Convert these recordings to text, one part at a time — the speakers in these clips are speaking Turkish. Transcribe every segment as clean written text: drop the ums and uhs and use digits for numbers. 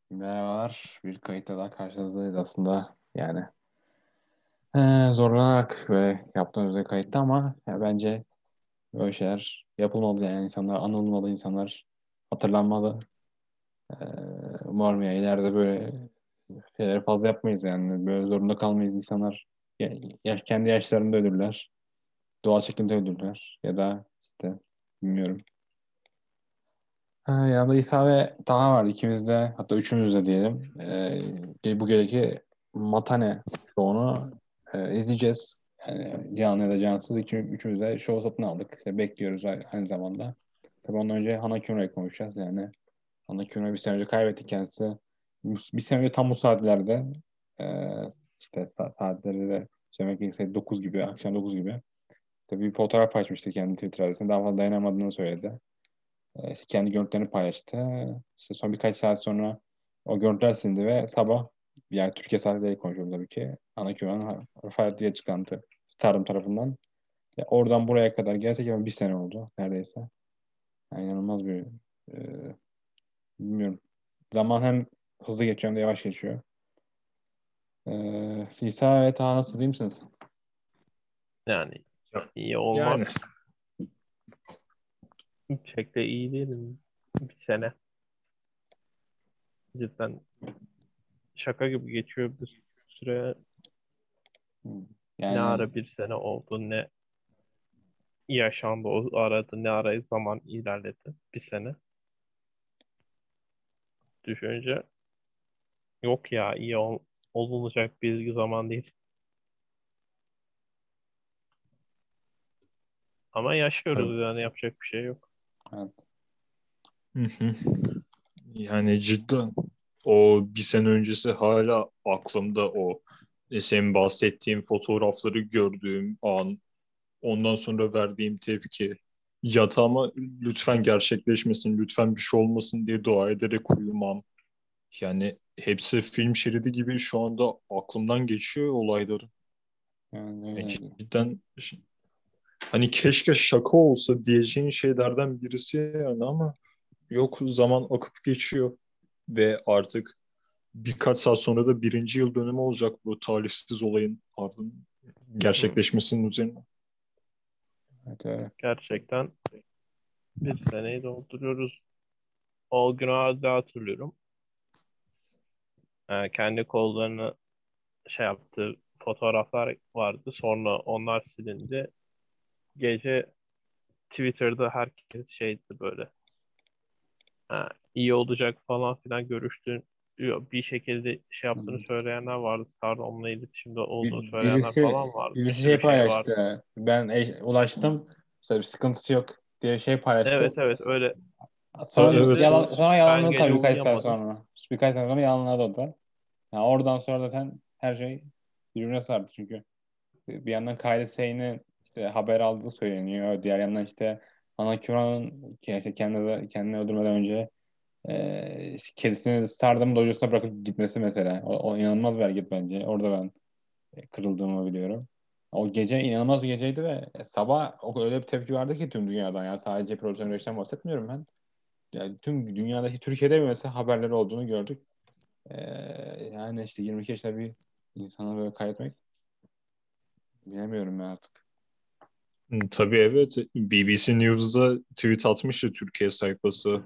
Merhabalar. Bir kayıtla daha karşınızdayız aslında. Yani zorlanarak böyle yaptığımız bir kayıtta ama ya bence böyle şeyler yapılmalı yani insanlar anılmalı, insanlar hatırlanmalı. E, Umarım ya ileride böyle şeyleri fazla yapmayız yani. Böyle zorunda kalmayız insanlar. Kendi yaşlarında ölürler. Doğal şekilde ölürler. Ya da işte bilmiyorum. Yanında İsa ve Taha var. İkimiz de hatta üçümüz de diyelim. Bu geceki Matane şovunu izleyeceğiz. Yani canlı ya da cansız üçümüz de şovu satın aldık. İşte bekliyoruz aynı zamanda. Tabii ondan önce Hana Kimura'yı konuşacağız. Yani Hana Kimura'yı bir sene önce kaybettik kendisi. Bir sene önce tam bu saatlerde e, işte saatleri de söylemek gerekirse 9 gibi, akşam 9 gibi. Tabii bir fotoğraf paylaşmıştı kendi Twitter adresinde. Daha fazla dayanamadığını söyledi. İşte kendi görüntülerini paylaştı. İşte son birkaç saat sonra o görüntüler silindi ve sabah yani Türkiye saatiyle konuşuyorum tabii ki. Ana kümen Rafael diye açıklandı Stardom tarafından. Ya oradan buraya kadar gerçekten bir sene oldu neredeyse. Yani inanılmaz bir e, bilmiyorum. Zaman hem hızlı geçiyor hem de yavaş geçiyor. İsa ve Taha nasılsınız, iyi misiniz? Yani Ya- iyi Yani olmak pek de iyi değilim. Bir sene cidden şaka gibi geçiyor bir süre. Hmm. Ne Yani ara bir sene oldu, ne yaşandı o arada, ne ara zaman ilerledi bir sene. Düşünce yok ya, olunacak bir zaman değil. Ama tabii. yaşıyoruz, yani yapacak bir şey yok. evet. Hı hı. Yani cidden o bir sene öncesi hala aklımda o senin bahsettiğin fotoğrafları gördüğüm an, ondan sonra verdiğim tepki, yatağıma lütfen gerçekleşmesin, lütfen bir şey olmasın diye dua ederek uyumam. Yani hepsi film şeridi gibi şu anda aklımdan geçiyor olayları. Yani Yani öyle. cidden hani keşke şaka olsa diyeceğin şeylerden birisi yani ama yok, zaman akıp geçiyor ve artık birkaç saat sonra da birinci yıl dönümü olacak bu talihsiz olayın ardından Hı. gerçekleşmesinin üzerine. Evet, öyle. Gerçekten bir seneyi dolduruyoruz. O günü hala hatırlıyorum. Kendi kollarını şey yaptığı fotoğraflar vardı. Sonra onlar silindi. Gece Twitter'da herkes şeydi böyle. İyi olacak falan filan görüştüğün bir şekilde şey yaptığını söyleyenler vardı. Stardom'la iletişimde olduğunu söyleyenler falan vardı. Bir Birisi şey sürü şey vardı. paylaştı. Ben ulaştım. İşte bir sıkıntısı yok diye şey paylaştı. Evet, evet, öyle Sonra Evet, söyledi. evet. sonra Ben yalanladı gece tabii birkaç saat uyuyamadım. sonra. Birkaç saat sonra yalanladı o da. Yani oradan sonra zaten her şey birbirine sardı çünkü bir yandan Kylie Sey'nin işte haber aldığı söyleniyor. Diğer yandan işte Ana Kura'nın işte kendini öldürmeden önce işte kedisini Stardom dojosuna bırakıp gitmesi mesela. O inanılmaz bir hareket bence. Orada ben kırıldığımı biliyorum. O gece inanılmaz bir geceydi ve sabah öyle bir tepki vardı ki tüm dünyadan. Yani sadece profesyonel güreşten bahsetmiyorum ben. Yani tüm dünyadaki Türkiye'de mi mesela haberleri olduğunu gördük. Yani işte 22 yaşında bir insanı böyle kaybetmek bilemiyorum ben artık. Tabii, evet. BBC News'da tweet atmıştı Türkiye sayfası.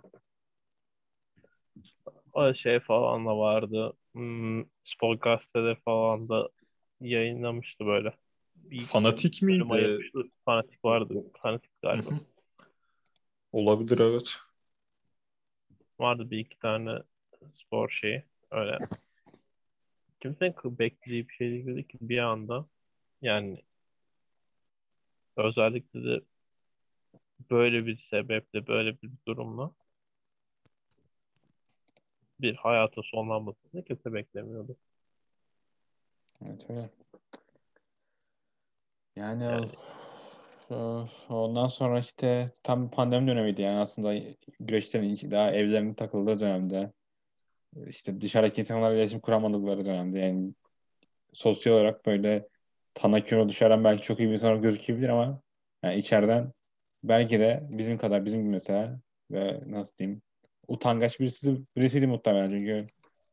O şey falan da vardı. Spor gazeteleri falan da yayınlamıştı böyle. Bir iki Fanatik bölüm miydi? ayırmıştı. Fanatik vardı. Fanatik Hı galiba. hı. Olabilir, evet. Vardı bir iki tane spor şeyi. Öyle. Kimsenin beklediği bir şey değildi ki bir anda. Yani özellikle de böyle bir sebeple, böyle bir durumla bir hayatın sonlanmasını kimse beklemiyordu. Evet öyle. Yani Yani ondan sonra işte tam pandemi dönemiydi yani aslında güreşlerin daha evlerinin takıldığı dönemde. İşte dışarıdaki insanlarla iletişim kuramadıkları dönemde yani sosyal olarak böyle Tanakino dışarıdan belki çok iyi bir insan olarak gözükebilir ama yani içeriden belki de bizim kadar bizim gibi mesela ve nasıl diyeyim utangaç birisiydi muhtemelen çünkü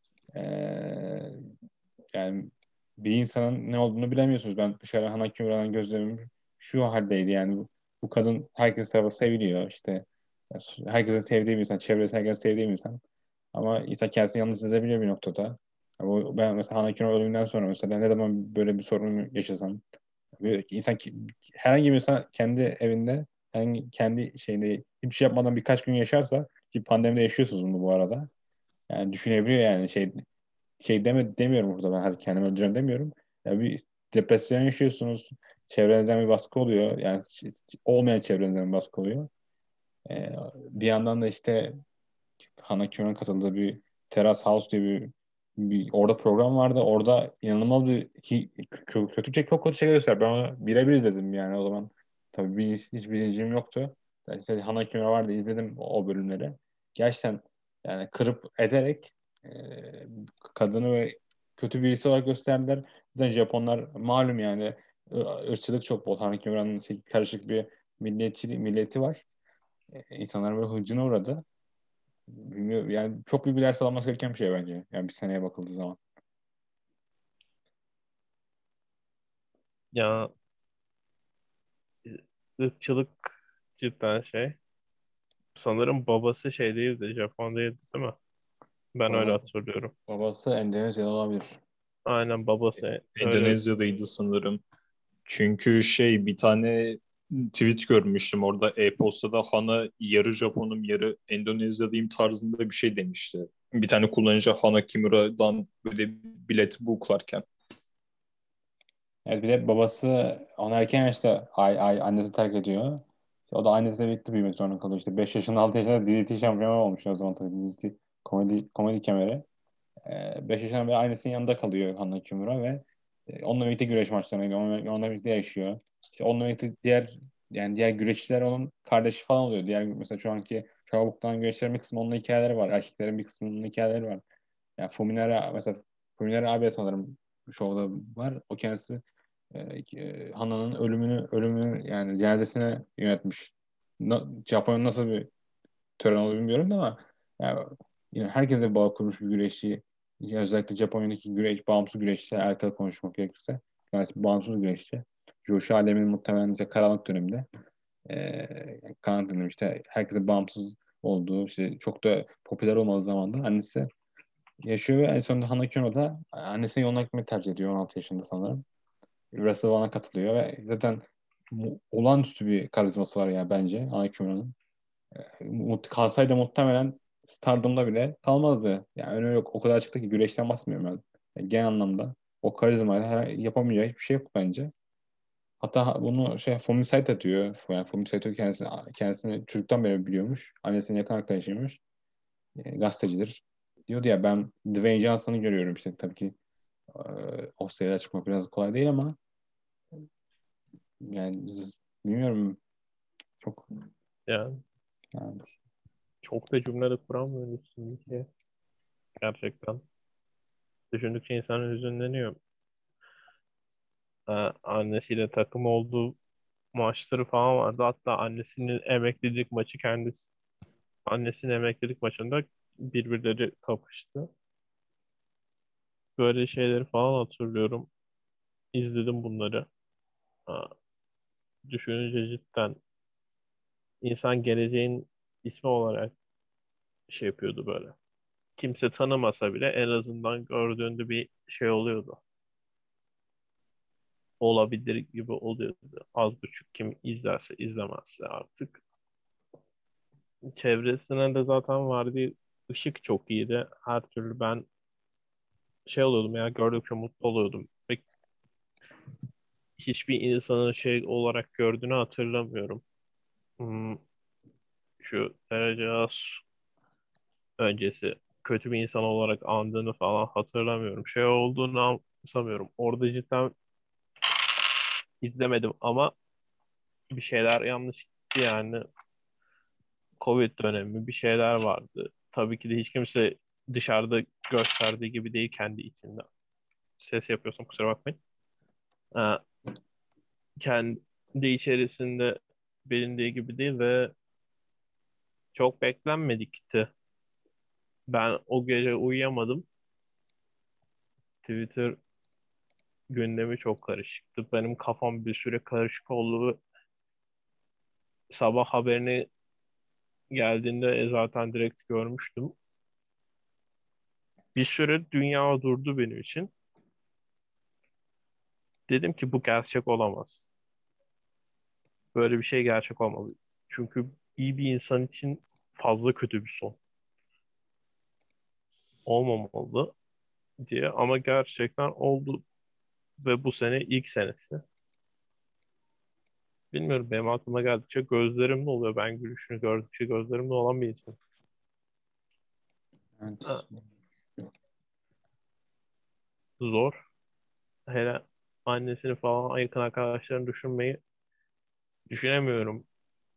yani bir insanın ne olduğunu bilemiyorsunuz. Ben dışarı Hana Kimura'dan gözlemim şu haldeydi yani bu kadın herkes tarafından seviliyor işte herkesin sevdiği bir insan, çevresi herkes sevdiği bir insan. Ama insan kendisini yalnız hissedebiliyor bir noktada. Ben mesela Hana Kimura ölümünden sonra mesela ne zaman böyle bir sorun yaşasam herhangi bir insan kendi evinde kendi şeyinde hiçbir şey yapmadan birkaç gün yaşarsa ki pandemide yaşıyorsunuz bunu bu arada. Yani düşünebiliyor yani demiyorum burada ben hadi kendimi öldüreceğim demiyorum. Ya bir depresyon yaşıyorsunuz. Çevrenizden bir baskı oluyor. Yani olmayan çevrenizden bir baskı oluyor. Bir yandan da işte Hana Kimura'nın katıldığı bir Terrace House diye bir orada program vardı. Orada inanılmaz çok kötü şeyler göster. Ben onu birebir izledim yani o zaman. Tabii hiç bilincim yoktu. Yani işte Hana Kimura vardı izledim o bölümleri. Gerçekten yani kırıp ederek e, kadını ve kötü birisi olarak gösterdiler. Zaten Japonlar malum yani ırkçılık çok bol. Hana Kimura'nın karışık bir milleti var. İnsanlar böyle hıncına uğradı. Bilmiyorum, yani çok büyük bir ders alınması gereken bir şey bence. Yani bir seneye bakıldığı zaman. Ya ırkçılık cidden şey. Sanırım babası şey değildi, Japon değildi değil mi? Ben öyle Baba, hatırlıyorum. babası Endonezyalı olabilir. Aynen babası öyle. Endonezya'daydı sanırım. Çünkü bir tane tweet görmüştüm orada e-postada Hana yarı Japonum yarı Endonezyalıyım tarzında bir şey demişti. Bir tane kullanıcı Hana Kimura'dan böyle bileti buklarken. Evet bir de babası onu erken yaşta annesi terk ediyor. O da annesiyle birlikte büyümek zorunda kalıyor. İşte 5 yaşında 6 yaşında DDT şampiyonu olmuş o zaman tabii. DDT komedi kemeri. 5 yaşından beri annesinin yanında kalıyor Hanna Kimura ve onunla birlikte güreş maçlarına gidiyor. Onunla birlikte yaşıyor. İşte onunla birlikte diğer güreşçiler onun kardeşi falan oluyor. Diğer mesela şu anki Çabuk'tan güreşlerin bir kısmı onun hikayeleri var. Erkeklerin bir kısmının hikayeleri var. Yani Fuminara abi sanırım şovda var. O kendisi Hana'nın ölümünü yani cenazesine yönetmiş. Japonya'nın nasıl bir tören olduğunu bilmiyorum da ama yani yine herkese bağ kurmuş bir güreşçi. Ya özellikle Japonya'daki bağımsız güreşçi alakalı konuşmak gerekirse. Yani bağımsız güreşçi. Joshi Alemin muhtemelen işte karanlık döneminde karanlık dönem işte herkese bağımsız olduğu işte çok da popüler olmadığı zamanda annesi yaşıyor ve en sonunda Hana Kyono da annesinin yoluna gitmeyi tercih ediyor 16 yaşında sanırım. WrestleMania'ya katılıyor ve zaten olağanüstü bir karizması var ya bence Hana Kyono'nun. Kalsaydı muhtemelen Stardom'da bile kalmazdı. Yani önü yok. O kadar çıktı ki güreşten bahsetmiyorum ben. Yani genel anlamda o karizmayla yapamayacağı hiçbir şey yok bence. Hatta bunu Fumi Saito diyor. Yani Fumi Saito kendisini çocuktan beri biliyormuş. Annesinin yakın arkadaşıymış. Gazetecidir. Diyordu ya ben Dwayne Johnson'ı görüyorum işte tabii ki e, o seviyeye çıkmak biraz kolay değil ama yani bilmiyorum çok Yani yani çok da cümlede kuramıyorum üstündeki. Gerçekten. Düşündükçe insan hüzünleniyor. Annesiyle takım olduğu maçları falan vardı. Hatta annesinin emeklilik maçında birbirleri kapıştı. Böyle şeyleri falan hatırlıyorum. İzledim bunları. Ha, düşününce cidden insan geleceğin ismi olarak şey yapıyordu böyle. Kimse tanımasa bile en azından gördüğünde bir şey oluyordu. Olabilir gibi oluyordu. Az buçuk kim izlerse izlemezse artık. Çevresine de zaten verdiği ışık çok iyiydi. Her türlü ben şey oluyordum ya, gördükçe mutlu oluyordum. Ve hiçbir insanın şey olarak gördüğünü hatırlamıyorum. Hmm, şu derece az öncesi kötü bir insan olarak andığını falan hatırlamıyorum. Şey olduğunu anımsamıyorum. Orada cidden izlemedim ama bir şeyler yanlış gitti yani. Covid dönemi bir şeyler vardı. Tabii ki de hiç kimse dışarıda gösterdiği gibi değil, kendi içinde. Ses yapıyorsam kusura bakmayın. Ha, kendi içerisinde bilindiği gibi değil ve çok beklenmedikti. Ben o gece uyuyamadım. Twitter gündemi çok karışıktı. Benim kafam bir süre karışık oldu. Sabah haberini geldiğinde zaten direkt görmüştüm. Bir süre dünya durdu benim için. Dedim ki bu gerçek olamaz. Böyle bir şey gerçek olmalı. Çünkü iyi bir insan için fazla kötü bir son olmamalı diye. Ama gerçekten oldu ve bu sene ilk senesi. Bilmiyorum, benim aklıma geldikçe gözlerimde oluyor. Ben gülüşünü gördükçe gözlerimde olan bir insan. Ha, Evet. zor. Hele annesini falan, yakın arkadaşlarını düşünemiyorum.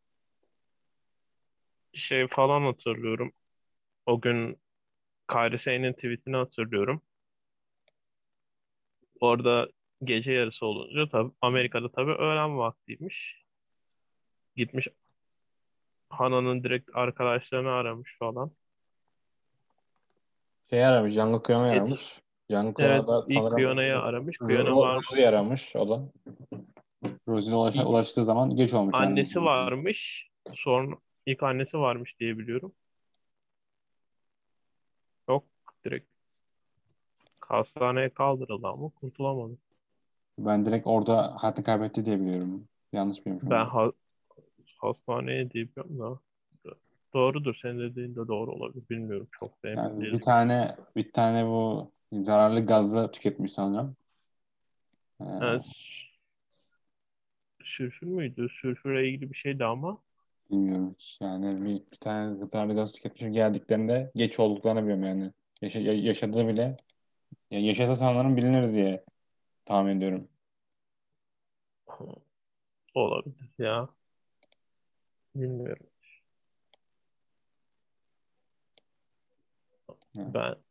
Şey falan hatırlıyorum. O gün Kairi Sane'in tweetini hatırlıyorum. Orada gece yarısı olunca tabii Amerika'da tabii öğlen vaktiymiş. Gitmiş Hana'nın direkt arkadaşlarını aramış falan. Şey aramış, Jungle Kuyon'u Geç. aramış. Jungle Evet, Kuyon'a da ilk sanırım Kuyona'yı aramış. Kuyona varmış. Rosie aramış o da. Rosie'ne İlk ulaştığı zaman geç olmuş yani. annesi varmış. Sonra ilk annesi varmış diye biliyorum. Yok, direkt hastaneye kaldırıldı ama kurtulamadı. Ben direkt orada hayatını kaybetti diye biliyorum. Yanlış bilmiyorum Ben ama. hastaneye diye biliyorum da. Doğrudur. Senin dediğin de doğru olabilir. Bilmiyorum. Çok da emin Yani bir değilim. tane bir tane bu zararlı gazla tüketmiş sanırım. Evet, Ee, sülfür müydü? Sülfürle ilgili bir şeydi ama bilmiyorum hiç. Yani bir tane zararlı gaz tüketmiş. Geldiklerinde geç olduklarını biliyorum yani. Yaşadığı bile. Ya yaşasa sanırım bilinir diye tahmin ediyorum. olabilir ya. Bilmiyorum. Ben Evet.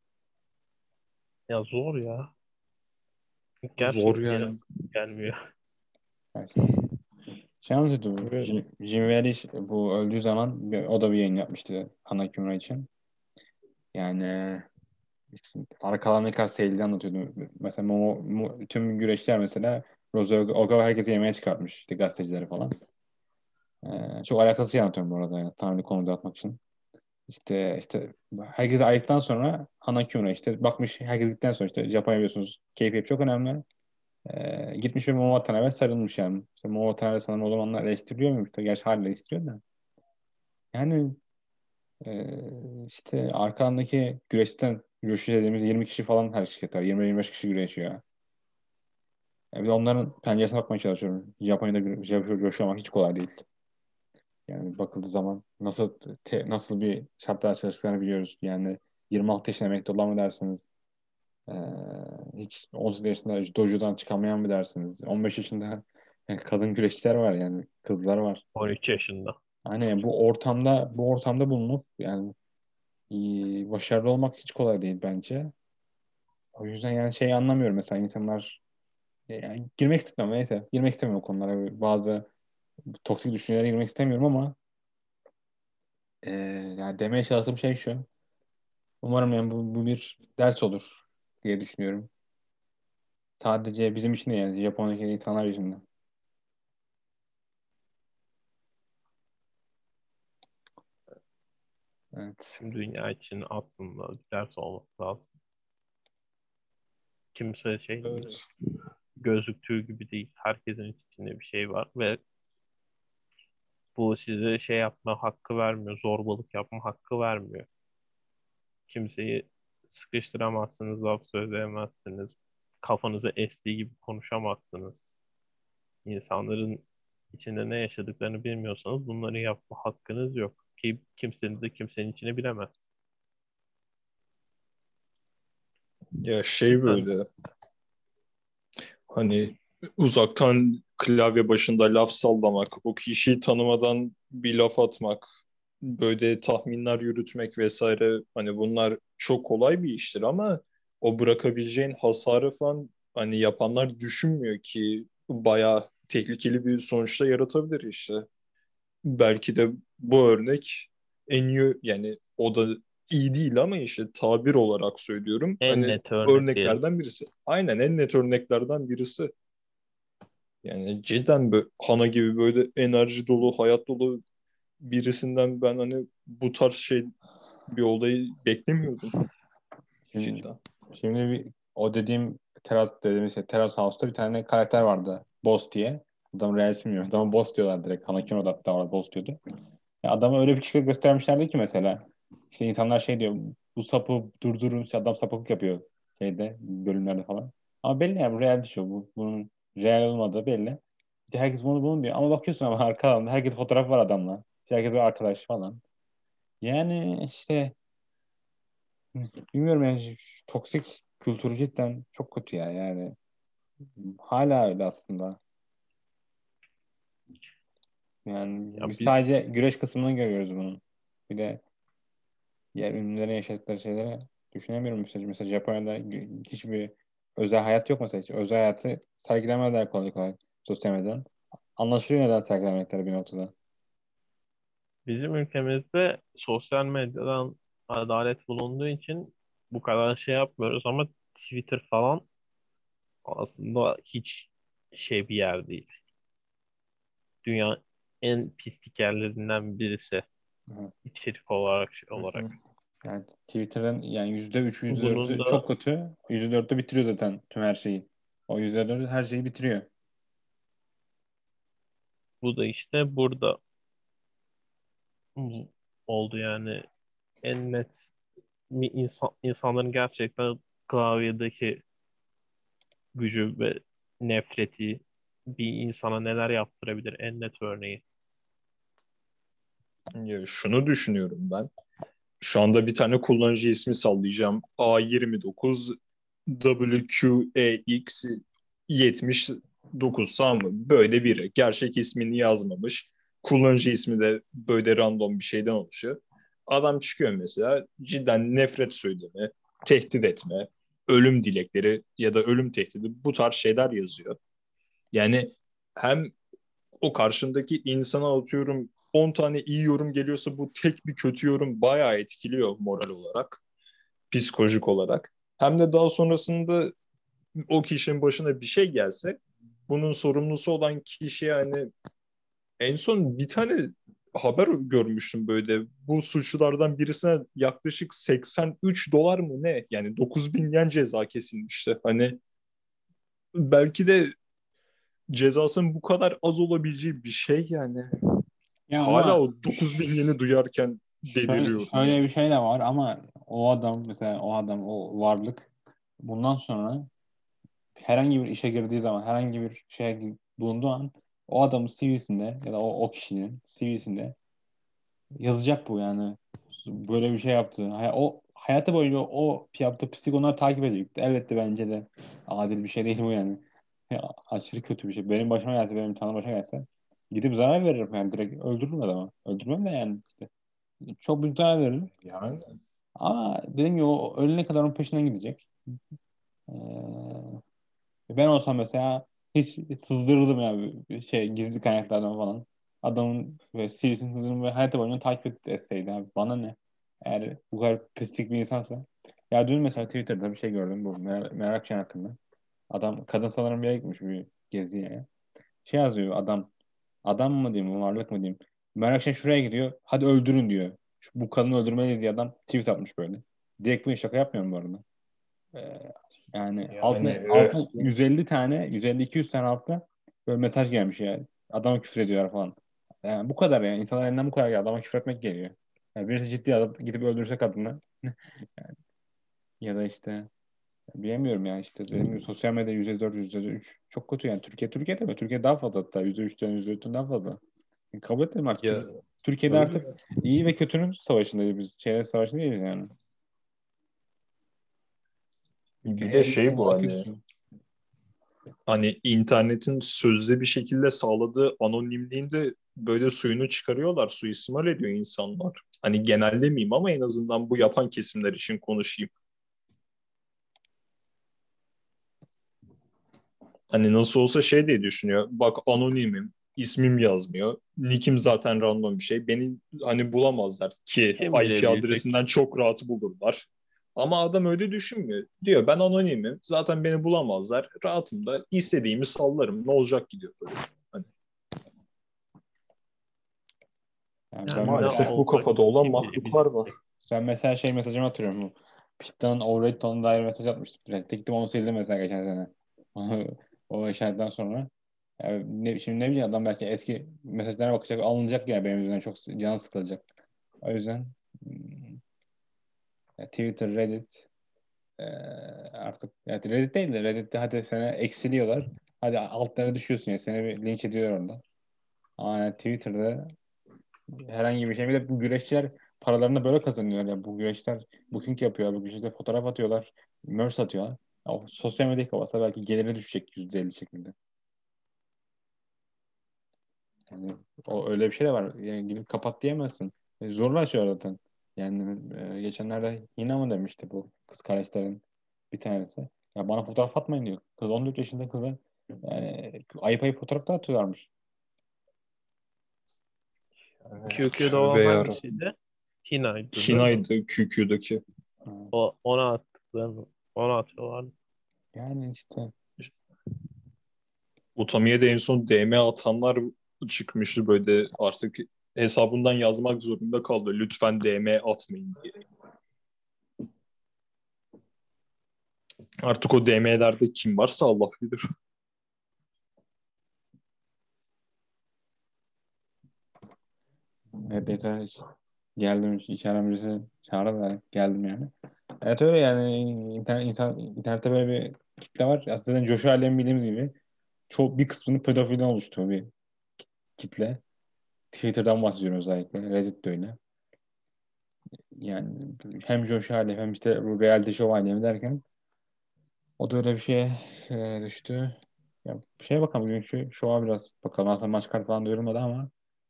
ya zor ya. Zor Gerçekten yani. gelmiyor. Gerçekten. Şey anlatıyordu. Ve Jim Varish bu öldüğü zaman o da bir yayın yapmıştı Hana Kimura için. Yani işte arkadan ne kadar sevdiğini anlatıyordu. Mesela tüm güreşler mesela Rosa Ogawa herkesi yemeğe çıkartmış. İşte gazetecileri falan. Çok alakasız şey anlatıyorum bu arada. Yani, tam bir konuda atmak için. İşte herkes ayıktan sonra Hana Kimura işte bakmış herkes gittikten sonra işte Japonya biliyorsunuz keyfiyet çok önemli. Gitmiş ve Momo Watanabe sarılmış yani. İşte Momo Watanabe sanırım o zamanlar eleştiriliyor muymuş? Gerçi hala istiyor da. Yani işte arkandaki güreşçi dediğimiz 20 kişi falan her şirket var. 20-25 kişi güreşiyor. Bir de onların penceresine bakmaya çalışıyorum. Japonya'da güreş olmak hiç kolay değil. Yani bakıldığı zaman nasıl bir şartlar çalıştıklarını biliyoruz. Yani 26 yaşında emekli olan mı dersiniz? Ee, hiç 18 yaşında dojodan çıkamayan mı dersiniz? 15 yaşında yani kadın güreşçiler var yani kızlar var. 13 yaşında. Hani yani bu ortamda bulunup yani başarılı olmak hiç kolay değil bence. O yüzden yani şeyi anlamıyorum mesela insanlar yani girmek istemiyorum neyse girmek istemiyorum o konulara bazı toksik düşüncelere girmek istemiyorum ama e, yani demeye çalıştığım şey şu. Umarım yani bu bir ders olur diye düşünüyorum. Sadece bizim için değil yani Japonya'daki insanlar yüzünden. Evet. Tüm dünya için aslında bir ders olması lazım. Kimse Evet. gözüktüğü gibi değil. Herkesin içinde bir şey var ve bu size şey yapma hakkı vermiyor. Zorbalık yapma hakkı vermiyor. Kimseyi sıkıştıramazsınız, laf söyleyemezsiniz. Kafanızı estiği gibi konuşamazsınız. İnsanların içinde ne yaşadıklarını bilmiyorsanız bunları yapma hakkınız yok. Ki kimsenin de kimsenin içini bilemez. Ya şey Cidden böyle hani uzaktan klavye başında laf sallamak, o kişiyi tanımadan bir laf atmak, böyle tahminler yürütmek vesaire hani bunlar çok kolay bir iştir ama o bırakabileceğin hasarı falan hani yapanlar düşünmüyor ki bayağı tehlikeli bir sonuçta yaratabilir işte. Belki de bu örnek en iyi yani o da iyi değil ama işte tabir olarak söylüyorum. En Hani net örnek diyelim. örneklerden birisi. Aynen en net örneklerden birisi. Yani cidden böyle Hana gibi böyle enerji dolu, hayat dolu birisinden ben hani bu tarz şey bir olayı beklemiyordum Şimdi, cidden. şimdi o dediğim dediğimiz şey, Terrace House'ta bir tane karakter vardı. Boss diye. Adam real bilmiyor. Adama Boss diyorlar direkt. Hanakino'da hatta var Boss diyordu. Ya adama öyle bir kişilik göstermişlerdi ki mesela. İşte insanlar şey diyor. Bu sapı durdurun. İşte adam sapıklık yapıyor şeyde bölümlerde falan. Ama belli yani bu reality show. Bunun real olmadığı belli. İşte herkes bunu diyor. Ama bakıyorsun ama arka alanda herkes fotoğraf var adamla. İşte herkes bir arkadaş falan. Yani işte bilmiyorum yani toksik kültürü cidden çok kötü ya yani. Hala öyle aslında. Yani Ya biz biz sadece güreş kısmını görüyoruz bunun. Bir de diğer ünlülerin yaşadıkları şeyleri düşünemiyorum. Mesela Japonya'da hiçbir özel hayat yok mesela. Hiç özel hayatı sergilemezler kolay kolay sosyal medyadan. Anlaşılıyor neden sergilemekleri bir noktada. bizim ülkemizde sosyal medyadan adalet bulunduğu için bu kadar şey yapmıyoruz ama Twitter falan aslında hiç şey bir yer değil. Dünya en pislik yerlerinden birisi Hı. içerik olarak Hı hı. Yani Twitter'ın yani %3'ü Bunun %4'ü da çok kötü. %4'ü bitiriyor zaten tüm her şeyi. O %4'ü her şeyi bitiriyor. bu da işte burada oldu yani en net insanların gerçekten klavyedeki gücü ve nefreti bir insana neler yaptırabilir en net örneği. Ya şunu düşünüyorum ben. Şu anda bir tane kullanıcı ismi sallayacağım. A29 WQEX 79 tamam mı? Böyle biri. Gerçek ismini yazmamış. Kullanıcı ismi de böyle random bir şeyden oluşuyor. Adam çıkıyor mesela cidden nefret söylemi, tehdit etme, ölüm dilekleri ya da ölüm tehdidi bu tarz şeyler yazıyor. Yani hem o karşındaki insana atıyorum 10 tane iyi yorum geliyorsa bu tek bir kötü yorum bayağı etkiliyor moral olarak, psikolojik olarak. Hem de daha sonrasında o kişinin başına bir şey gelse bunun sorumlusu olan kişi yani en son bir tane haber görmüştüm böyle. Bu suçlulardan birisine yaklaşık 83 dolar mı ne? Yani 9.000 yen ceza kesilmişti. Hani belki de cezasının bu kadar az olabileceği bir şey yani. Ya Hala ama o 9.000 yeni duyarken deliriyorum şöyle ya. bir şey de var ama o adam mesela o varlık bundan sonra herhangi bir işe girdiği zaman herhangi bir şeye bulunduğu an o adamın CV'sinde ya da o kişinin CV'sinde yazacak bu yani. Böyle bir şey yaptı. O hayatı boyunca o yaptığı pislik onları takip edecek. Elbette bence de adil bir şey değil bu yani. Aşırı kötü bir şey. Benim başıma gelse, benim tanrım başıma gelse gidip zarar veririm yani direkt öldürürüm adamı. Öldürmem de yani işte. Çok büyük zarar veririm. Yani Ama dediğim gibi o ölene kadar onun peşinden gidecek. Ee, Ben olsam mesela hiç sızdırırdım ya şey gizli kaynaklardan falan. Adamın ve CV'sini sızdırırım ve hayatı boyunca takip etseydi abi. Bana ne? Eğer bu kadar pislik bir insansa. Ya dün mesela Twitter'da bir şey gördüm bu Merak Şen hakkında. Adam kadın sanırım bir yere gitmiş bir geziye. Şey yazıyor adam. Adam mı diyeyim varlık mı diyeyim. Merak Şen şuraya gidiyor. Hadi öldürün diyor. Bu kadını öldürmeliyiz diye adam tweet atmış böyle. Direkt bir şaka yapmıyorum bu arada. Yani yani altına 150 tane, 150-200 tane altta böyle mesaj gelmiş yani. Adama küfür ediyorlar falan. Yani bu kadar yani. İnsanlar elinden bu kadar geliyor. Adama küfür etmek geliyor. Yani birisi ciddi alıp gidip öldürse kadını yani, ya da işte bilemiyorum yani işte dediğim gibi sosyal medya %4, %3 çok kötü yani. Türkiye'de mi? Türkiye daha fazla hatta %3'ten %4'ten daha fazla. Yani kabul etmiyorum artık. ya Türkiye'de artık öyle. iyi ve kötünün savaşındayız biz. Şeyler savaşında değiliz yani. Bir de En şey bu daha hani kötüsü. internetin sözde bir şekilde sağladığı anonimliğinde böyle suyunu çıkarıyorlar, suistimal ediyor insanlar. Hani genellemeyeyim ama en azından bu yapan kesimler için konuşayım. Hani nasıl olsa şey diye düşünüyor. Bak anonimim. ismim yazmıyor. Nick'im zaten random bir şey. Beni hani bulamazlar ki Kim IP bilebilecek? adresinden çok rahat bulurlar. Ama adam öyle düşünmüyor. Diyor ben anonimim. Zaten beni bulamazlar. Rahatım da istediğimi sallarım. Ne olacak gidiyor böyle. Hani Yani ben Yani ne maalesef bu mesela, olacak kafada olan kim mahluklar var. bilebilecek? ben mesela şey mesajımı hatırlıyorum. Bu Pitta'nın overrated olduğuna dair mesaj atmıştım. Direkt gittim onu sildim mesela geçen sene. O işaretten sonra. Yani şimdi ne bileyim adam belki eski mesajlara bakacak, alınacak ya benim yüzümden çok canı sıkılacak. O yüzden Twitter, Reddit artık yani Reddit değil de Reddit'te hadi seni eksiliyorlar. Hadi altlara düşüyorsun ya seni bir linç ediyor orada. Ama yani Twitter'da herhangi bir şey. Bir de bu güreşçiler paralarını böyle kazanıyorlar ya. Bu güreşler booking yapıyor. Bu güreşler fotoğraf atıyorlar. Merch satıyorlar. O sosyal medya kapatsa belki geliri düşecek %50 şekilde. Yani o öyle bir şey de var. Yani gidip kapat diyemezsin. Zorla açıyor zaten. Yani geçenlerde yine mı demişti bu kız kardeşlerin bir tanesi. Ya bana fotoğraf atmayın diyor. Kız 14 yaşında kıza ayıp ayıp fotoğraf da atıyorlarmış. QQ'da olan Tövbe yarabbim. hangisiydi? Hina'ydı değil mi? Hina'ydı QQ'daki. Ha, Ona attıklarını. Ona atıyorlardı. yani işte Utami'ye en son DM atanlar çıkmıştı böyle artık hesabından yazmak zorunda kaldı. Lütfen DM atmayın diye. Artık o DM'lerde kim varsa Allah bilir. evet yeter. Geldim içeriden birisi çağırdı da geldim yani. Evet öyle yani internette böyle bir kitle var. Aslında Joshua Allen'in bildiğimiz gibi çok bir kısmını pedofilden oluştuğu bir kitle. Twitter'dan bahsediyorum özellikle. Reddit de öyle. Yani hem Joshua Allen hem işte bu reality show alemi derken o da öyle bir şeye düştü. Ya, şeye bakalım bugünkü şova biraz bakalım. Aslında maç kart falan duyurulmadı ama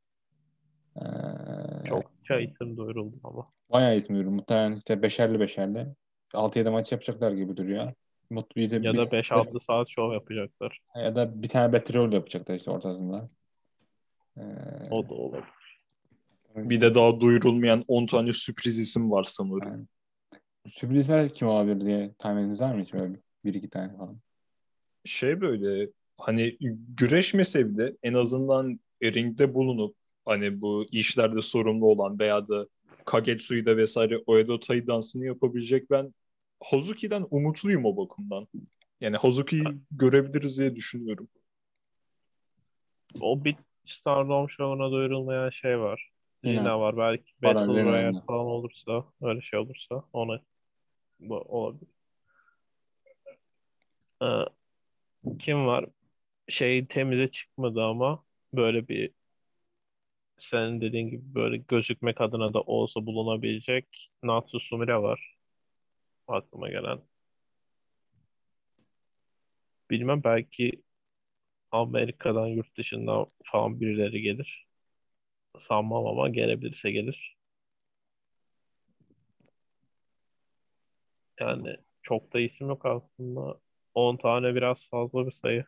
Çokça isim duyuruldu ama. bayağı ismi duyuruldu. Muhtemelen işte beşerli beşerli 6-7 maç yapacaklar gibi duruyor. Bir de Ya da 5-6 saat şov yapacaklar. ya da bir tane battle roll yapacaklar işte ortasında. O Ee, da olabilir. Bir de daha duyurulmayan 10 tane sürpriz isim var sanırım. yani, sürprizler kim olabilir diye tahmininiz var mı hiç böyle bir iki tane falan? Şey böyle hani güreşmese bile en azından ringde bulunup hani bu işlerde sorumlu olan veya da Kagetsu'da vesaire Oedo Tai dansını yapabilecek ben Hazuki'den umutluyum o bakımdan. Yani Hazuki'yi görebiliriz diye düşünüyorum. O bir Stardom Show'una duyurulmayan şey var. Yine Lina var. Belki var Battle Lena Royale oyunda. falan olursa, öyle şey olursa ona bu olabilir. Ee, kim var? Şey temize çıkmadı ama böyle bir senin dediğin gibi böyle gözükmek adına da olsa bulunabilecek Natsu Sumire var aklıma gelen. Bilmem belki Amerika'dan yurt dışından falan birileri gelir. Sanmam ama gelebilirse gelir. Yani çok da isim yok aslında. 10 tane biraz fazla bir sayı.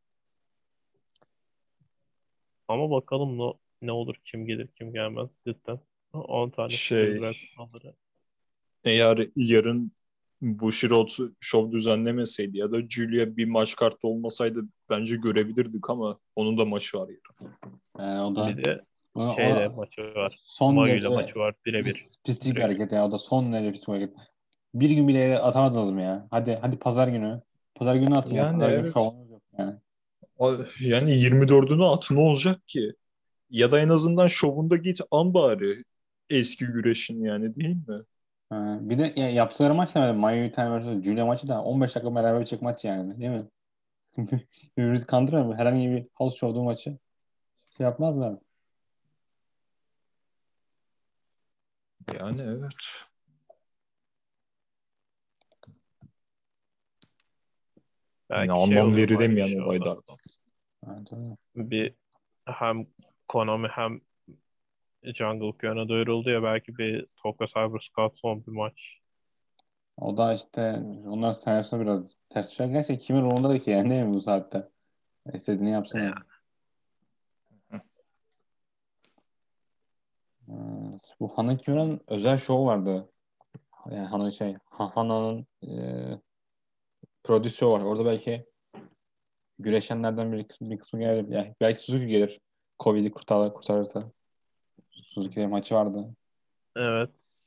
Ama bakalım ne olur, kim gelir, kim gelmez cidden. 10 tane sürpriz Şey bırakmaları. eğer yarın Bushiroad şov düzenlemeseydi ya da Julia bir maç kartı olmasaydı bence görebilirdik ama onun da maçı var yarın. O da Bir de o şeyle da maçı var. son Mayu ile derece maçı var. Birebir. pislik bir Direkt. hareket ya. O da son derece pislik bir hareket. Bir gün bile atamadınız mı ya? Hadi pazar günü. Pazar günü atın ya. Yani Pazar günü evet. şovunuz yok yani. Yani 24'ünü at ne olacak ki? Ya da en azından şovunda git an bari eski güreşin yani değil mi? Bir de ya, yaptıkları maç da öyle. Mayu Itamura vs. Julia maçı da 15 dakika beraber çek maç yani. Değil mi? Birbirimizi kandırmıyor mu? Herhangi bir house show'du maçı şey yapmazlar. Yani evet. Yani Belki şey anlam olur Mayu verilemeyen Show'da. olaylardan. Tabii. Bir hem Konami hem Jungle Kyona duyuruldu ya, belki bir Tokyo Cyber Squad son bir maç. O da işte onlar senaryosuna biraz ters düşer. Gerçekten kimin umurunda ki yani değil mi bu saatte? İstediğini yapsın yani. Bu Hana Kimura'nın özel şovu vardı. Yani Hana'nın prodüsörü var. Orada belki güreşenlerden bir kısmı gelir. Yani belki Suzuki gelir. Covid'i kurtarırsa. Suzuki'de maçı vardı. Evet.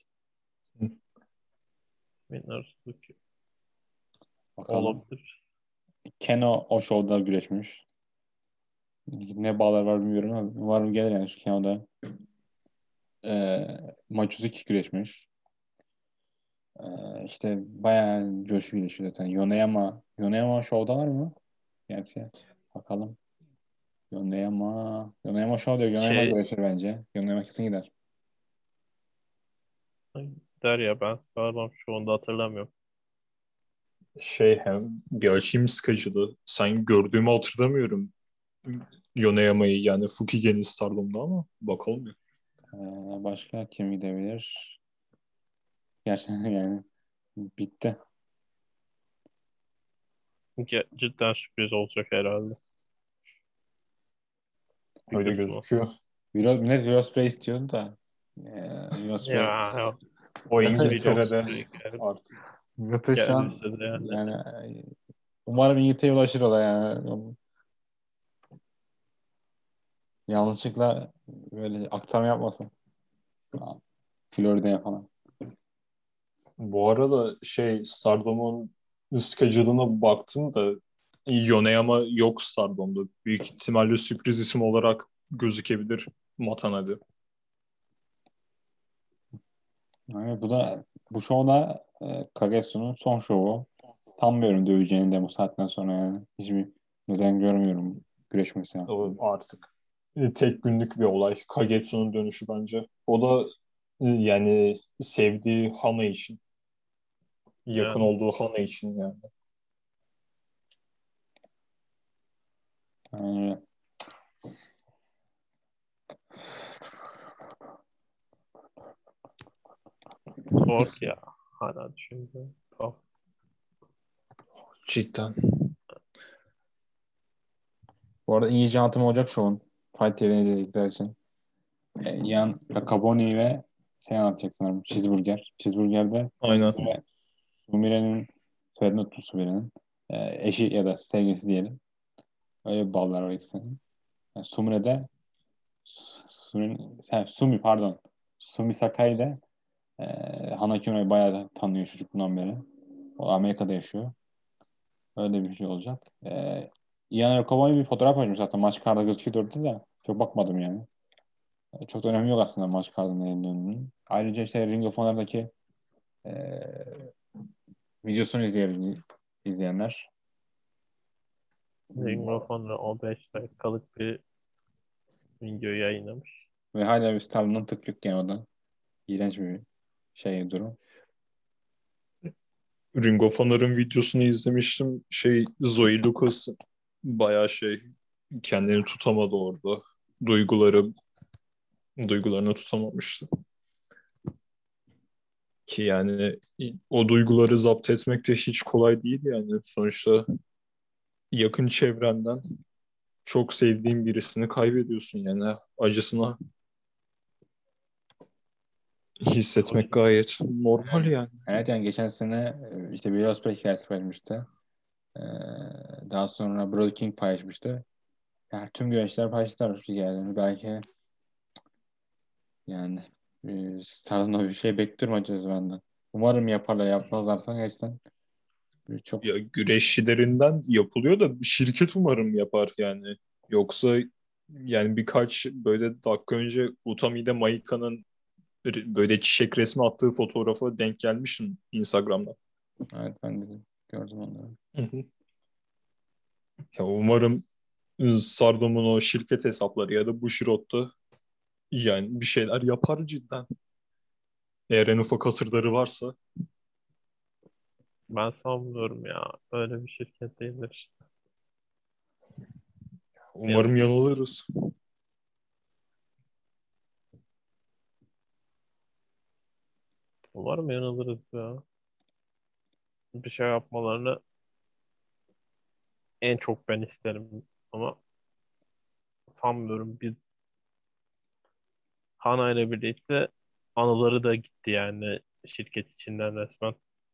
Winner Suzuki Bakalım. olabilir. Keno o şovda güreşmiş. Ne bağlar var bilmiyorum ama umarım gelir yani şu Keno'da. Machuzuki güreşmiş. İşte bayağı coşu güreşiyor zaten. Yoneyama şovda var mı? Gerçi bakalım. Yoneyama şov diyor. Yoneyama Şey güreşir bence. Yoneyama kesin gider. der ya, ben Stardom şovunda hatırlamıyorum. Hem bir açayım schedule'ı. Sen gördüğümü hatırlamıyorum. Yoneyama'yı yani Fukigen'i Stardom'da ama bakalım ya. Başka kim gidebilir? Gerçekten yani bitti. Cidden sürpriz olacak herhalde. Bir Öyle kısmı. gözüküyor. Millet Eurospray istiyordu da Eurospray Ya yok. O Video İngiltere'de gelip artık. Eurospray şu an geldiyse de yani. yani umarım İngiltere'ye ulaşır o da yani. Yanlışlıkla böyle aktarma yapmasın. Florida'ya falan. Bu arada Stardom'un schedule'ına baktım da Yoneyama yok Stardom'da. Büyük ihtimalle sürpriz isim olarak gözükebilir Matana'da. Yani bu şovda Kagetsu'nun son şovu. Sanmıyorum döveceğini de bu saatten sonra yani. Hiçbir neden görmüyorum güreşmesine. O artık tek günlük bir olay. Kagetsu'nun dönüşü bence. O da yani sevdiği Hana için. Yakın Yani. olduğu Hana için yani. Yani, Zor ki ya. Hala düşündüm. Tamam. Cidden. bu arada İngilizce anlatımı olacak şovun. Fight TV'ni izleyecekler için. Ian Riccaboni ve anlatacak sanırım. Cheeseburger'de Aynen. Sumire'nin soyadını unuttum Sumire'nin. Eşi ya da sevgilisi diyelim. Öyle bir bağlar var ikisinin. Yani Sumire'de Sumi pardon. Sumi Sakai de Hana Kimura'yı bayağı da tanıyor çocukluğundan beri. O Amerika'da yaşıyor. Öyle bir şey olacak. Ian Riccaboni bir fotoğraf koymuş aslında. Maç kartı gözüküyordu orada da. Çok bakmadım yani. Çok da önemi yok aslında maç kartının elinin. Ayrıca işte Ring of Honor'daki e, videosunu izleyenler. Ring of Honor 15 dakikalık bir video yayınlamış. Ve hala bir Star'ın tık yok yani o da. İğrenç bir durum. Ring of Honor'ın videosunu izlemiştim. Zoe Lucas bayağı kendini tutamadı orada. Duygularını tutamamıştı. Ki yani o duyguları zapt etmek de hiç kolay değil yani. Sonuçta yakın çevrenden çok sevdiğin birisini kaybediyorsun yani. Acısını hissetmek gayet normal yani. Evet yani geçen sene işte bir Osprey hikayesi paylaşmıştı. E, Daha sonra Brody King paylaşmıştı. Yani tüm güreşler paylaştılar hikayelerini. Belki yani Star'ın o bir şey bekliyorum açıkçası benden. Umarım yaparlar yapmazlarsa gerçekten çok Ya güreşçilerinden yapılıyor da şirket umarım yapar yani. Yoksa yani birkaç böyle dakika önce Utami'de Maika'nın böyle çiçek resmi attığı fotoğrafa denk gelmişim Instagram'da. evet ben de gördüm onları. Hı hı. Ya umarım Sardom'un o şirket hesapları ya da Bushiroad'da yani bir şeyler yapar cidden. Eğer en ufak hatırları varsa Ben sanmıyorum ya. Öyle bir şirket değildir işte. Yani umarım yanılırız. umarım yanılırız ya. Bir şey yapmalarını en çok ben isterim ama sanmıyorum. Hana ile birlikte anıları da gitti yani şirket içinden resmen.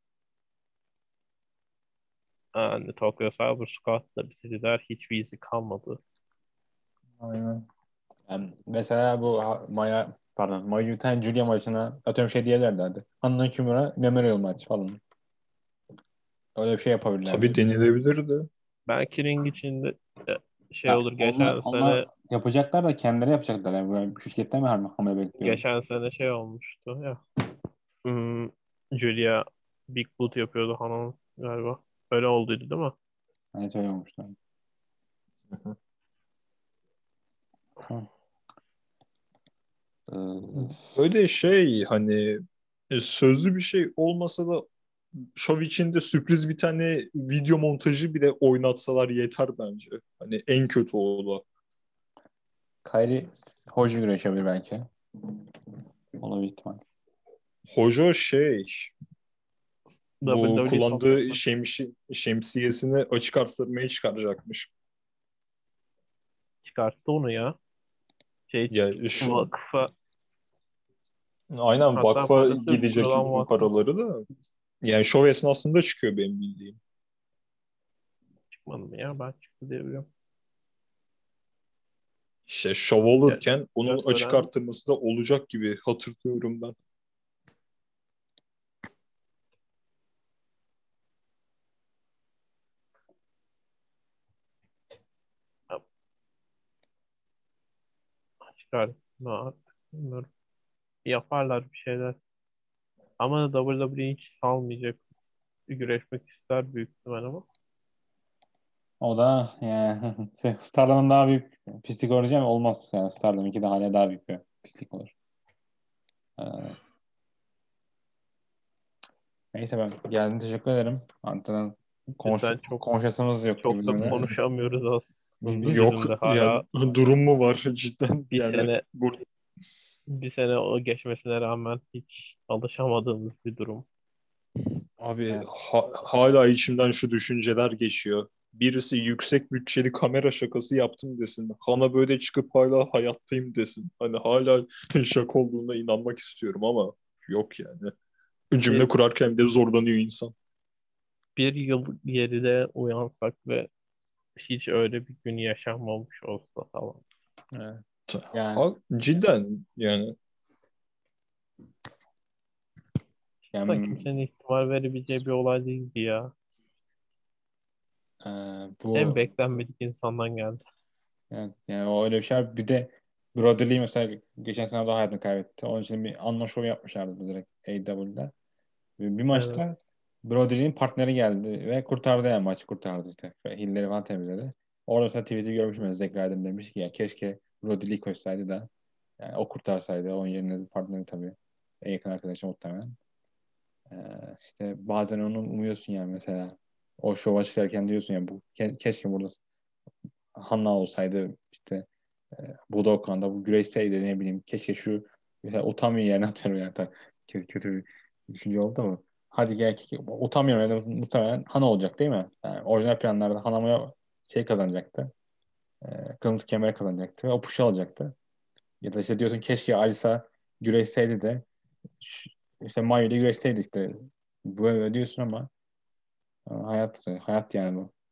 Yani Tokyo Cyber Squad'la bitirdiler. Hiçbir izi kalmadı. Aynen. Yani mesela bu Maya bir tane Julia maçına atıyorum şey diyorlardı hadi. Hanna Kimura Memorial maç falan. Öyle bir şey Tabii yapabilirlerdi. denilebilirdi. Belki ring içinde şey Ya olur. onlar, Geçen onlar sene yapacaklar da kendileri yapacaklar. Yani böyle bir şirketten mi hamle bekliyorum? geçen sene şey olmuştu ya. Hmm, Julia Big Boot yapıyordu Hana'nın galiba. Öyle olduydu değil mi? Evet öyle olmuştu. Hı. Ee, Öyle şey hani sözlü bir şey olmasa da şov içinde sürpriz bir tane video montajı bile oynatsalar yeter bence. Hani en kötü o da. Kairi Hoji güreşebilir belki. Ona bir ihtimal. Hoca şey bu WWE kullandığı sokakta şemsiyesini açık arttırmaya çıkaracakmış. çıkarttı onu ya. Şey Ya vakfa aynen hatta vakfa parası gidecek kurulan bütün vakfa paraları da. Yani şov esnasında çıkıyor benim bildiğim. çıkmadı mı ya? Ben çıktı diye biliyorum. İşte şov Ya, olurken ya onun açık söylendi. arttırması da olacak gibi hatırlıyorum ben. Ya, çıkar. Ne artık bilmiyorum. Yaparlar bir şeyler. Ama WWE hiç salmayacak. Güreşmek ister büyük ihtimal ama. O da yani Stardom'un daha büyük pislik olacak olmaz. Yani Stardom 2'de hala daha büyük bir pislik olur. Ee, neyse ben geldim teşekkür ederim. Arkadan Cidden çok konuşasımız yok çok da birbirine. konuşamıyoruz aslında. Biz Yok Bizim de yani hala durum mu var cidden bir yani sene bu bir sene o geçmesine rağmen hiç alışamadığımız bir durum. abi Evet. hala içimden şu düşünceler geçiyor. Birisi yüksek bütçeli kamera şakası yaptım desin. Hana böyle çıkıp hala hayattayım desin. Hani hala şaka olduğuna inanmak istiyorum ama yok yani. Cümle Bir, kurarken de zorlanıyor insan. bir yıl geride uyansak ve hiç öyle bir gün yaşanmamış olsa falan. Evet. Yani, Cidden yani Da yani kimsenin ihtimal verebileceği bir olay değildi ya. e, En bu beklenmedik insandan geldi. evet, yani o öyle bir şey var. Bir de Brody Lee mesela geçen sene daha hayatını kaybetti. Onun için bir anma şovu yapmışlardı direkt AEW'da. Bir Evet. maçta Brody Lee'nin partneri geldi ve kurtardı yani maçı kurtardı işte. Ve Hilleri falan temizledi. Orada mesela tweet'i görmüşüm. Zack Ryder demiş ki ya keşke Brody Lee koşsaydı da yani o kurtarsaydı. Onun yerine bir partneri tabii. En yakın arkadaşı muhtemelen. Ee, işte bazen onu umuyorsun yani mesela. O şova çıkarken diyorsun ya bu keşke burada Hanna olsaydı işte Budokan'da bu güreşseydi ne bileyim keşke şu mesela Utami yerine atıyorum yani kötü bir düşünce oldu mu? Hadi gel Utami yerine muhtemelen Hana olacak değil mi? Yani orijinal planlarda Hana'ya şey kazanacaktı. Kırmızı kemer kazanacaktı ve o push alacaktı. Ya da işte diyorsun keşke Alisa güreşseydi de işte Mayu ile güreşseydi işte böyle diyorsun ama hayat yani bu.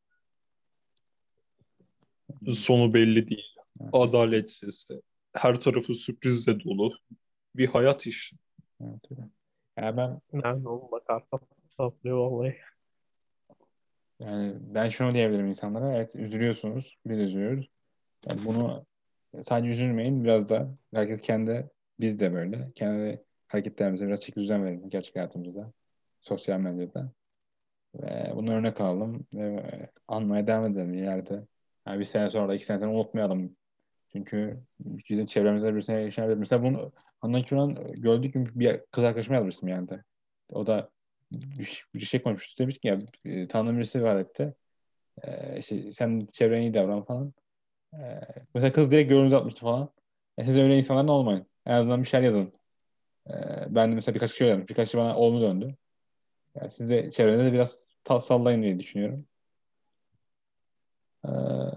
sonu belli değil. Evet, Adaletsiz. Her tarafı sürprizle dolu. Bir hayat işte. evet, öyle. Yani ben Nerede onu bakarsam saplıyor vallahi. Yani ben şunu diyebilirim insanlara. Evet üzülüyorsunuz. Biz üzülüyoruz. Yani bunu sadece üzülmeyin. Biraz da herkes kendi biz de böyle. Kendi hareketlerimize biraz çeki düzen verelim gerçek hayatımızda. Sosyal medyada. Ve bunu örnek alalım. Ve anmaya devam edelim ileride. Yani bir sene sonra da 2 sene sonra unutmayalım. Çünkü bizim çevremizde bir sene yaşanabilir. Mesela bunu Handan Küran gördük ki bir kız arkadaşıma yazmıştım yani de. O da bir şey konuşmuştu. Demiş ki ya tanıdığım birisi var etti. İşte sen çevrene iyi davran falan. Mesela kız direkt görünüz atmıştı falan. Siz öyle insanlardan olmayın. En azından bir şeyler yazın. Ben de mesela birkaç kişi yazdım. Birkaç kişi bana olumlu döndü. Yani siz de çevrenize de biraz sallayın diye düşünüyorum. Ee,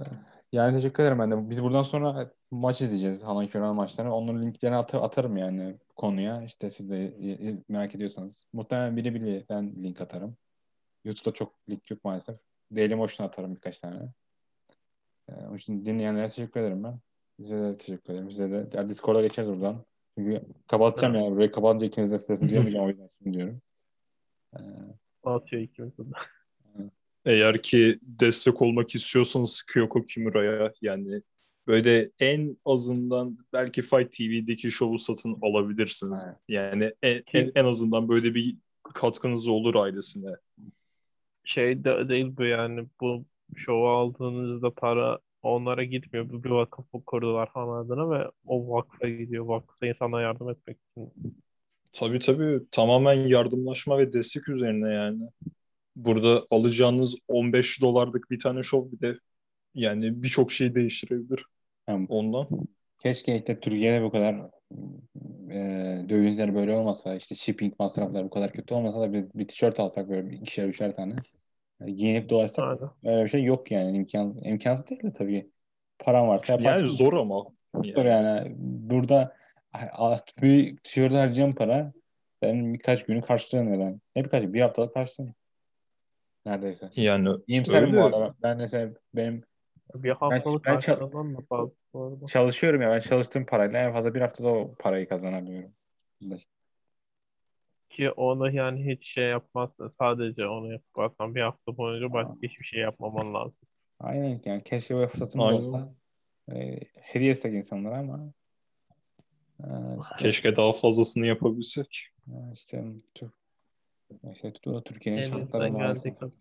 Yani teşekkür ederim ben de. Biz buradan sonra maç izleyeceğiz. Hanakören maçlarını. Onların linklerini atarım yani konuya. İşte siz de merak ediyorsanız. Muhtemelen biri ben link atarım. YouTube'da çok link yok maalesef. Dailymotion'a atarım birkaç tane. Onun için dinleyenlere teşekkür ederim ben. Size de teşekkür ederim. Size de. Ya Discord'a geçeriz buradan. Çünkü kapatacağım Evet. yani. Burayı kapatınca ikiniz de sesini duyamayacağım. O yüzden şimdi diyorum. Ee, Atıyor ikimiz de. Eğer ki destek olmak istiyorsanız Kyoko Kimura'ya yani böyle en azından belki Fight TV'deki şovu satın alabilirsiniz. evet. Yani en, en, Ki en azından böyle bir katkınız olur ailesine. şey de değil bu yani. Bu şovu aldığınızda para onlara gitmiyor. Bu bir vakıf kurdular falan adına ve o vakfa gidiyor. Vakıfta insana yardım etmek için. Tabii tamamen yardımlaşma ve destek üzerine yani. Burada alacağınız 15 dolarlık bir tane şov bir de yani birçok şey değiştirebilir Yani ondan. keşke işte Türkiye'de bu kadar dövizler böyle olmasa, işte shipping masrafları bu kadar kötü olmasa da biz bir tişört alsak böyle ikişer üçer tane. Yani giyinip dolaşsak Aynen. öyle bir şey yok yani. İmkansız değil de tabii. Paran varsa Yani yaparsın. zor ama Zor yani. yani. Burada bir tişörde harcayacağım para benim birkaç günü karşılıyor neden? Ne birkaç bir haftalık karşılıyor neredeyse. Yani İyimserim bu öyle. arada. Ben mesela Bir ben, haftalık ben karşılığından da fazla bu arada. çalışıyorum ya, ben çalıştığım parayla en fazla bir haftada o parayı kazanabiliyorum. İşte, Ki onu yani hiç şey yapmazsan sadece onu yaparsan bir hafta boyunca başka hiçbir şey yapmaman lazım. aynen yani keşke böyle fırsatımız Aynen. olsa hediye etsek insanlara ama işte Keşke daha fazlasını yapabilsek. işte Türkiye'nin şartları Elinizden maalesef. geldiği kadar.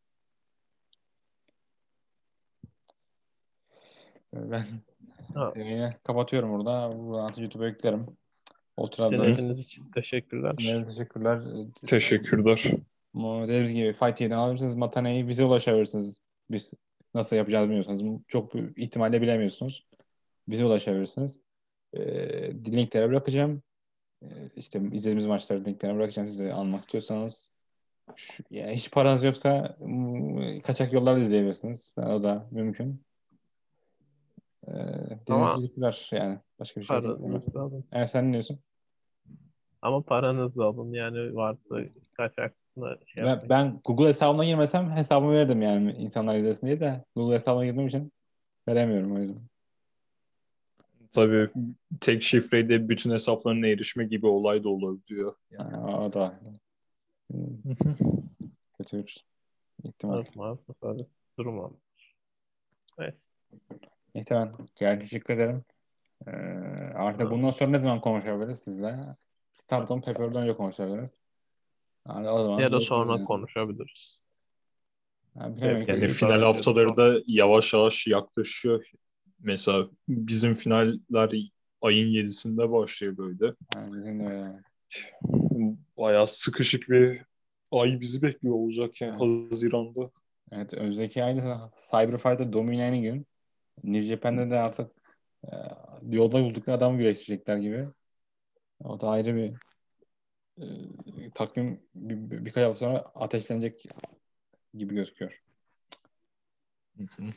Ben Ha, yine kapatıyorum burada. Buradan YouTube'a yüklerim. O Trabzon dinlediğiniz için teşekkürler. teşekkürler. Teşekkürler. Dediğimiz gibi Fight TV'den alabilirsiniz. Matane'yi bize ulaşabilirsiniz. Biz nasıl yapacağız bilmiyorsanız. Çok büyük ihtimalle bilemiyorsunuz. Bize ulaşabilirsiniz. Linkleri bırakacağım. İşte izlediğimiz maçları linklerine bırakacağım size almak istiyorsanız. Yani hiç paranız yoksa kaçak yollarla izleyebilirsiniz. O da mümkün. Dediğiniz Ama teşekkürler yani. Başka bir şey diyeyim. paranızı da alın. Evet sen ne diyorsun? Ama paranızı alın yani varsa kaçaklığına şey Ben, yapmayın. ben Google hesabına girmesem hesabımı verirdim yani insanlar izlesin diye de Google hesabına girdiğim için veremiyorum o yüzden. Tabii tek şifreyle bütün hesaplarına erişme gibi olay da olabiliyor. Ha, Yani. o da hmm, Hı hı. kötü bir ihtimal. Evet, maalesef öyle durum oldu. Neyse. İyi tamam. Yani teşekkür ederim. Ee, Artık Ha, bundan sonra ne zaman konuşabiliriz sizle? Starton Pepper'dan önce konuşabiliriz. Yani o zaman ya da görüşürüz sonra yani. konuşabiliriz. Yani bilemiyorum Yani ki. Gerekirse final önce ya da haftaları sonra. da yavaş yavaş yaklaşıyor. Mesela bizim finaller ayın 7'sinde başlıyor böyle. Yani bizim de öyle. Bayağı sıkışık bir ay bizi bekliyor olacak yani Evet, Haziran'da. evet önümüzdeki ayda Cyber Fighter Dominion gün. New Japan'de de artık e, yolda buldukları adamı güreşecekler gibi. O da ayrı bir takvim birkaç hafta sonra ateşlenecek gibi gözüküyor. Hı hı.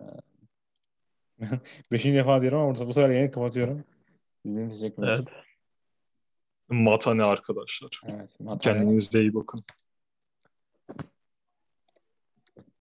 Beşinci defa diyorum ama bu sefer yeni kapatıyorum. İzlediğiniz için teşekkürler. Evet. Matane arkadaşlar. Evet, Matane. Kendinize iyi bakın.